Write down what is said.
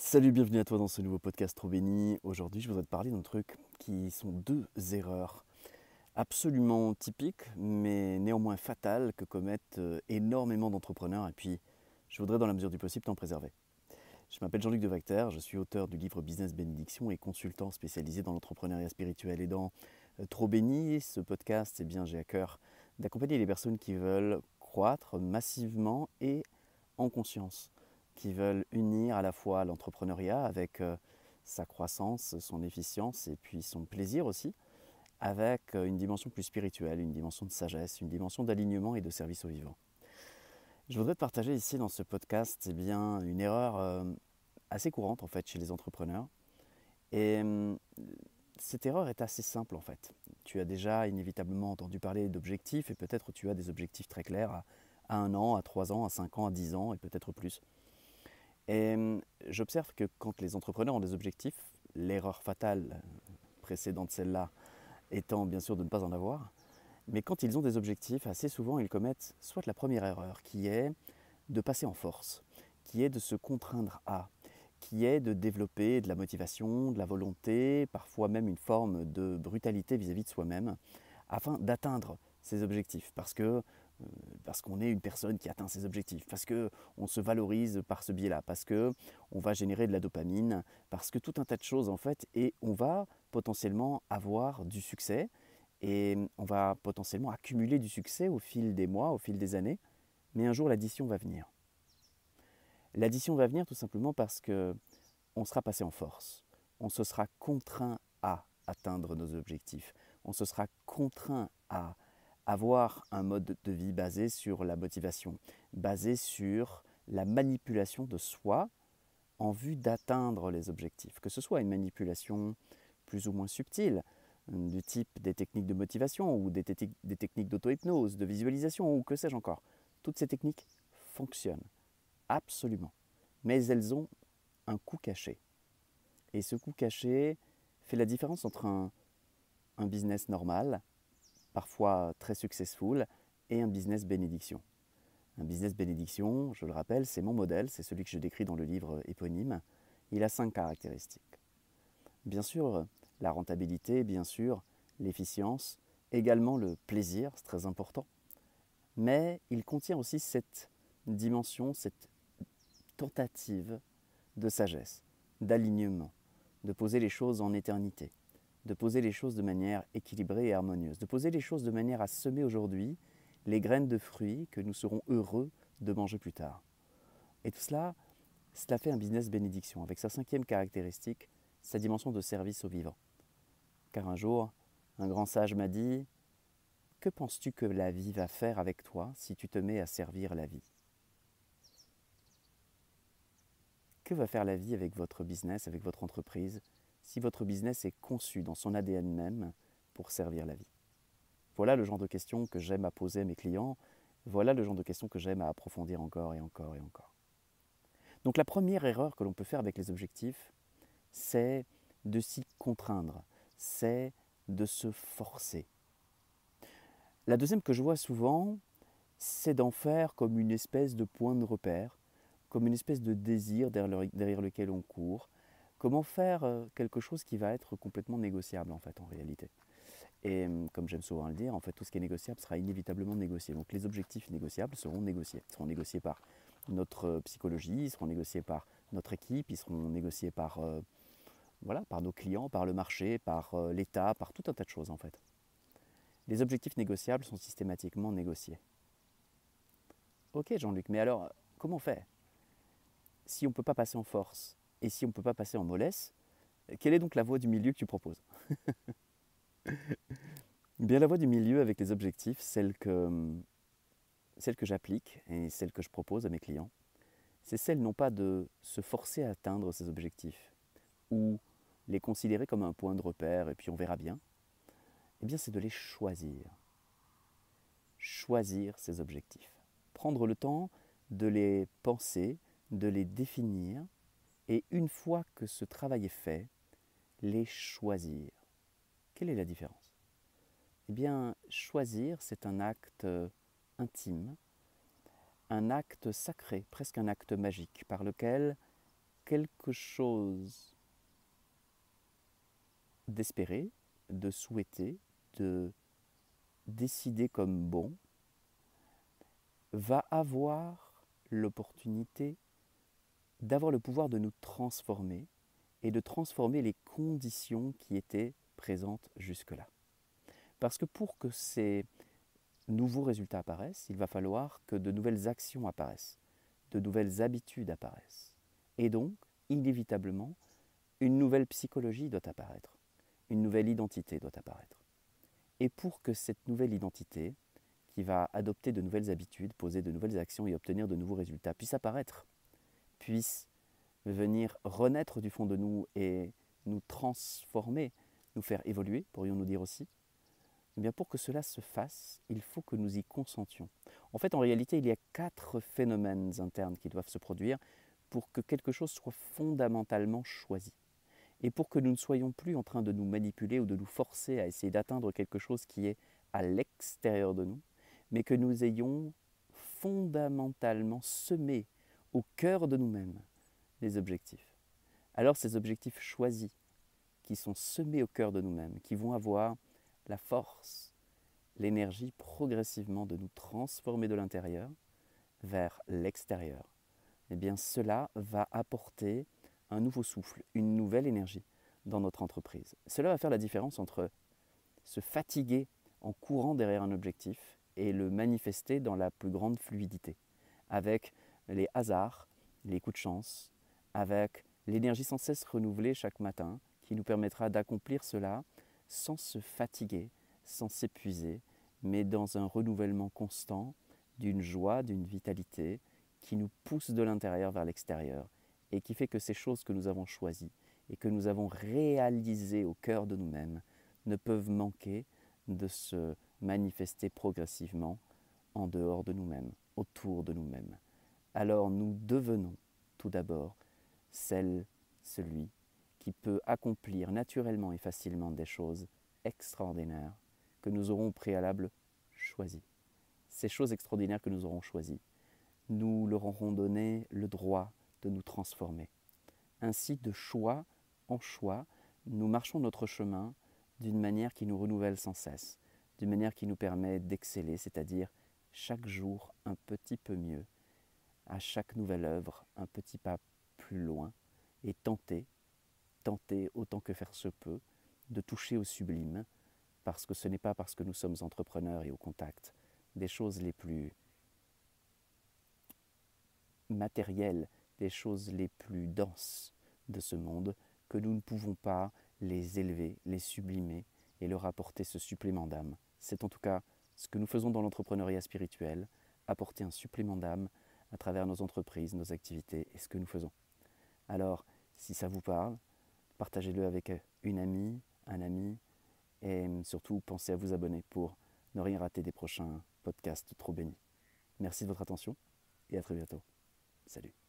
Salut, bienvenue à toi dans ce nouveau podcast Trop Béni. Aujourd'hui, je voudrais te parler d'un truc qui sont deux erreurs absolument typiques, mais néanmoins fatales que commettent énormément d'entrepreneurs. Et puis, je voudrais, dans la mesure du possible, t'en préserver. Je m'appelle Jean-Luc Devacter, je suis auteur du livre Business Bénédiction et consultant spécialisé dans l'entrepreneuriat spirituel. Et dans Trop Béni, ce podcast, j'ai à cœur d'accompagner les personnes qui veulent croître massivement et en conscience, qui veulent unir à la fois l'entrepreneuriat avec sa croissance, son efficience et puis son plaisir aussi, avec une dimension plus spirituelle, une dimension de sagesse, une dimension d'alignement et de service au vivant. Je voudrais te partager ici dans ce podcast une erreur assez courante en fait chez les entrepreneurs. Et cette erreur est assez simple en fait. Tu as déjà inévitablement entendu parler d'objectifs et peut-être tu as des objectifs très clairs à 1 an, à 3 ans, à 5 ans, à 10 ans et peut-être plus. Et j'observe que quand les entrepreneurs ont des objectifs, l'erreur fatale précédente celle-là étant bien sûr de ne pas en avoir, mais quand ils ont des objectifs, assez souvent ils commettent soit la première erreur qui est de passer en force, qui est de se contraindre à, qui est de développer de la motivation, de la volonté, parfois même une forme de brutalité vis-à-vis de soi-même, afin d'atteindre ces objectifs, parce qu'on est une personne qui atteint ses objectifs, parce qu'on se valorise par ce biais-là, parce qu'on va générer de la dopamine, parce que tout un tas de choses en fait, et on va potentiellement avoir du succès, et on va potentiellement accumuler du succès au fil des mois, au fil des années, mais un jour l'addition va venir. L'addition va venir tout simplement parce qu'on sera passé en force, on se sera contraint à atteindre nos objectifs, on se sera contraint à avoir un mode de vie basé sur la motivation, basé sur la manipulation de soi en vue d'atteindre les objectifs. Que ce soit une manipulation plus ou moins subtile, du type des techniques de motivation ou des techniques d'auto-hypnose, de visualisation ou que sais-je encore. Toutes ces techniques fonctionnent, absolument. Mais elles ont un coût caché. Et ce coût caché fait la différence entre un business normal, parfois très successful, et un business bénédiction. Un business bénédiction, je le rappelle, c'est mon modèle, c'est celui que je décris dans le livre éponyme. Il a 5 caractéristiques. Bien sûr, la rentabilité, bien sûr, l'efficience, également le plaisir, c'est très important. Mais il contient aussi cette dimension, cette tentative de sagesse, d'alignement, de poser les choses en éternité, de poser les choses de manière équilibrée et harmonieuse, de poser les choses de manière à semer aujourd'hui les graines de fruits que nous serons heureux de manger plus tard. Et tout cela, cela fait un business bénédiction, avec sa 5e caractéristique, sa dimension de service au vivant. Car un jour, un grand sage m'a dit « Que penses-tu que la vie va faire avec toi si tu te mets à servir la vie ?» Que va faire la vie avec votre business, avec votre entreprise, si votre business est conçu dans son ADN même pour servir la vie? Voilà le genre de questions que j'aime à poser à mes clients, voilà le genre de questions que j'aime à approfondir encore et encore et encore. Donc la première erreur que l'on peut faire avec les objectifs, c'est de s'y contraindre, c'est de se forcer. La deuxième que je vois souvent, c'est d'en faire comme une espèce de point de repère, comme une espèce de désir derrière lequel on court. Comment faire quelque chose qui va être complètement négociable en fait en réalité. Et comme j'aime souvent le dire, en fait tout ce qui est négociable sera inévitablement négocié. Donc les objectifs négociables seront négociés par notre psychologie, ils seront négociés par notre équipe, ils seront négociés par, par nos clients, par le marché, par l'État, par tout un tas de choses en fait. Les objectifs négociables sont systématiquement négociés. Ok Jean-Luc, mais alors comment on fait? Si on ne peut pas passer en force et si on ne peut pas passer en mollesse, quelle est donc la voie du milieu que tu proposes? Bien, la voie du milieu avec les objectifs, celle que j'applique et celle que je propose à mes clients, c'est celle non pas de se forcer à atteindre ces objectifs ou les considérer comme un point de repère et puis on verra bien, eh bien c'est de les choisir. Choisir ces objectifs. Prendre le temps de les penser, de les définir et une fois que ce travail est fait, les choisir. Quelle est la différence? Eh bien, choisir, c'est un acte intime, un acte sacré, presque un acte magique, par lequel quelque chose d'espérer, de souhaiter, de décider comme bon, va avoir l'opportunité d'avoir le pouvoir de nous transformer et de transformer les conditions qui étaient présentes jusque-là. Parce que pour que ces nouveaux résultats apparaissent, il va falloir que de nouvelles actions apparaissent, de nouvelles habitudes apparaissent. Et donc, inévitablement, une nouvelle psychologie doit apparaître, une nouvelle identité doit apparaître. Et pour que cette nouvelle identité, qui va adopter de nouvelles habitudes, poser de nouvelles actions et obtenir de nouveaux résultats, puisse apparaître, puisse venir renaître du fond de nous et nous transformer, nous faire évoluer, pourrions-nous dire aussi, eh bien pour que cela se fasse, il faut que nous y consentions. En fait, en réalité, il y a 4 phénomènes internes qui doivent se produire pour que quelque chose soit fondamentalement choisi. Et pour que nous ne soyons plus en train de nous manipuler ou de nous forcer à essayer d'atteindre quelque chose qui est à l'extérieur de nous, mais que nous ayons fondamentalement semé au cœur de nous-mêmes des objectifs. Alors ces objectifs choisis, qui sont semés au cœur de nous-mêmes, qui vont avoir la force, l'énergie progressivement de nous transformer de l'intérieur vers l'extérieur, eh bien cela va apporter un nouveau souffle, une nouvelle énergie dans notre entreprise. Cela va faire la différence entre se fatiguer en courant derrière un objectif et le manifester dans la plus grande fluidité, avec les hasards, les coups de chance, avec l'énergie sans cesse renouvelée chaque matin qui nous permettra d'accomplir cela sans se fatiguer, sans s'épuiser, mais dans un renouvellement constant d'une joie, d'une vitalité qui nous pousse de l'intérieur vers l'extérieur et qui fait que ces choses que nous avons choisies et que nous avons réalisées au cœur de nous-mêmes ne peuvent manquer de se manifester progressivement en dehors de nous-mêmes, autour de nous-mêmes. Alors nous devenons tout d'abord celui qui peut accomplir naturellement et facilement des choses extraordinaires que nous aurons au préalable choisies. Ces choses extraordinaires que nous aurons choisies, nous leur aurons donné le droit de nous transformer. Ainsi, de choix en choix, nous marchons notre chemin d'une manière qui nous renouvelle sans cesse, d'une manière qui nous permet d'exceller, c'est-à-dire chaque jour un petit peu mieux, à chaque nouvelle œuvre un petit pas plus loin, et tenter autant que faire se peut, de toucher au sublime, parce que ce n'est pas parce que nous sommes entrepreneurs et au contact des choses les plus matérielles, des choses les plus denses de ce monde, que nous ne pouvons pas les élever, les sublimer et leur apporter ce supplément d'âme. C'est en tout cas ce que nous faisons dans l'entrepreneuriat spirituel, apporter un supplément d'âme à travers nos entreprises, nos activités et ce que nous faisons. Alors, si ça vous parle, partagez-le avec une amie, un ami, et surtout pensez à vous abonner pour ne rien rater des prochains podcasts trop bénis. Merci de votre attention et à très bientôt. Salut.